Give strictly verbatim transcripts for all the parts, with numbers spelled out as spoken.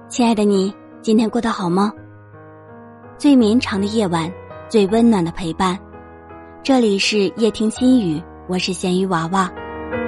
亲爱的你，今天过得好吗？最绵长的夜晚，最温暖的陪伴。这里是夜听心语，我是咸鱼娃娃。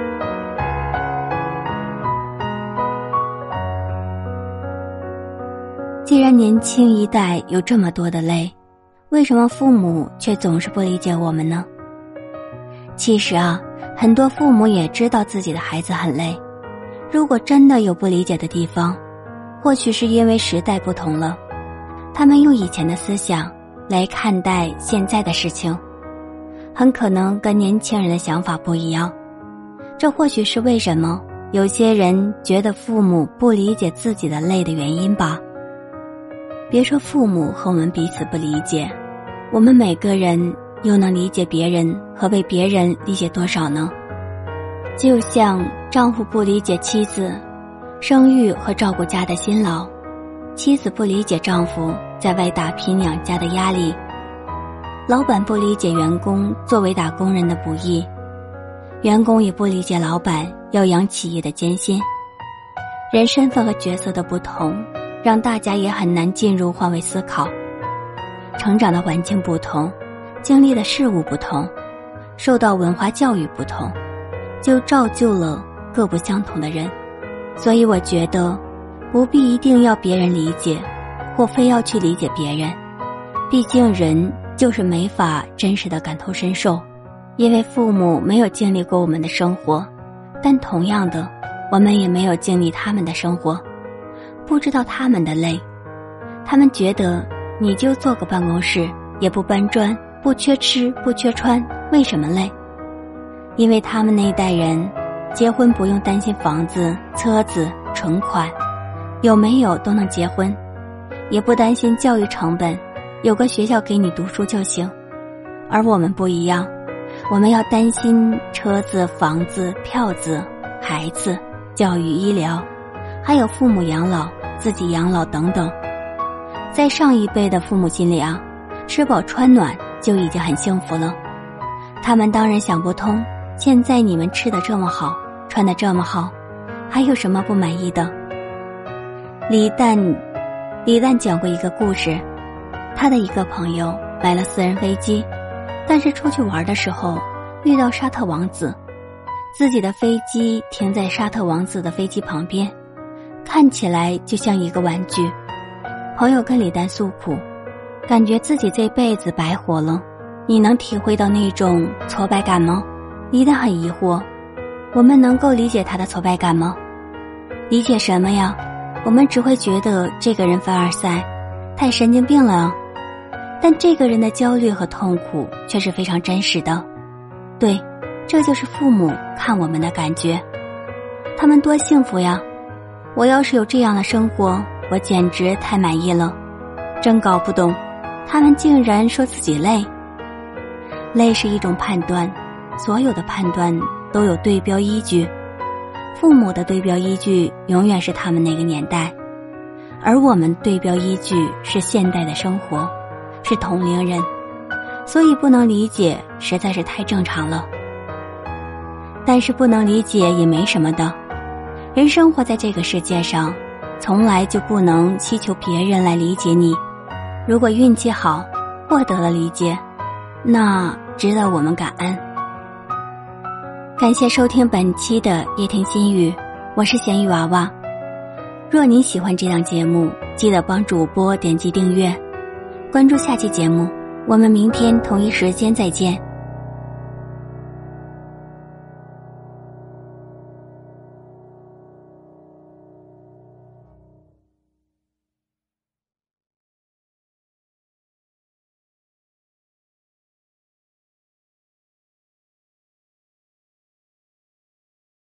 既然年轻一代有这么多的累，为什么父母却总是不理解我们呢？其实啊，很多父母也知道自己的孩子很累，如果真的有不理解的地方，或许是因为时代不同了，他们用以前的思想来看待现在的事情，很可能跟年轻人的想法不一样。这或许是为什么有些人觉得父母不理解自己的累的原因吧。别说父母和我们彼此不理解，我们每个人又能理解别人和被别人理解多少呢？就像丈夫不理解妻子生育和照顾家的辛劳，妻子不理解丈夫在外打拼养家的压力，老板不理解员工作为打工人的不易，员工也不理解老板要养企业的艰辛。人身份和角色的不同，让大家也很难进入换位思考。成长的环境不同，经历的事物不同，受到文化教育不同，就造就了各不相同的人。所以我觉得不必一定要别人理解，或非要去理解别人，毕竟人就是没法真实的感同身受，因为父母没有经历过我们的生活，但同样的，我们也没有经历他们的生活，不知道他们的累。他们觉得你就坐个办公室，也不搬砖，不缺吃不缺穿，为什么累？因为他们那一代人结婚不用担心房子、车子、存款，有没有都能结婚，也不担心教育成本，有个学校给你读书就行。而我们不一样，我们要担心车子、房子、票子、孩子、教育、医疗，还有父母养老、自己养老等等。在上一辈的父母心里啊，吃饱穿暖就已经很幸福了，他们当然想不通，现在你们吃得这么好，穿得这么好，还有什么不满意的？李诞李诞讲过一个故事，他的一个朋友买了私人飞机，但是出去玩的时候遇到沙特王子，自己的飞机停在沙特王子的飞机旁边，看起来就像一个玩具。朋友跟李诞诉苦，感觉自己这辈子白活了。你能体会到那种挫败感吗？李诞很疑惑，我们能够理解他的挫败感吗？理解什么呀？我们只会觉得这个人凡尔赛，太神经病了。但这个人的焦虑和痛苦却是非常真实的。对，这就是父母看我们的感觉。他们多幸福呀！我要是有这样的生活，我简直太满意了。真搞不懂，他们竟然说自己累。累是一种判断，所有的判断都有对标依据，父母的对标依据永远是他们那个年代，而我们对标依据是现代的生活，是同龄人，所以不能理解实在是太正常了。但是不能理解也没什么的，人生活在这个世界上，从来就不能祈求别人来理解你。如果运气好获得了理解，那值得我们感恩。感谢收听本期的夜听心语，我是咸鱼娃娃。若您喜欢这档节目，记得帮主播点击订阅，关注下期节目，我们明天同一时间再见。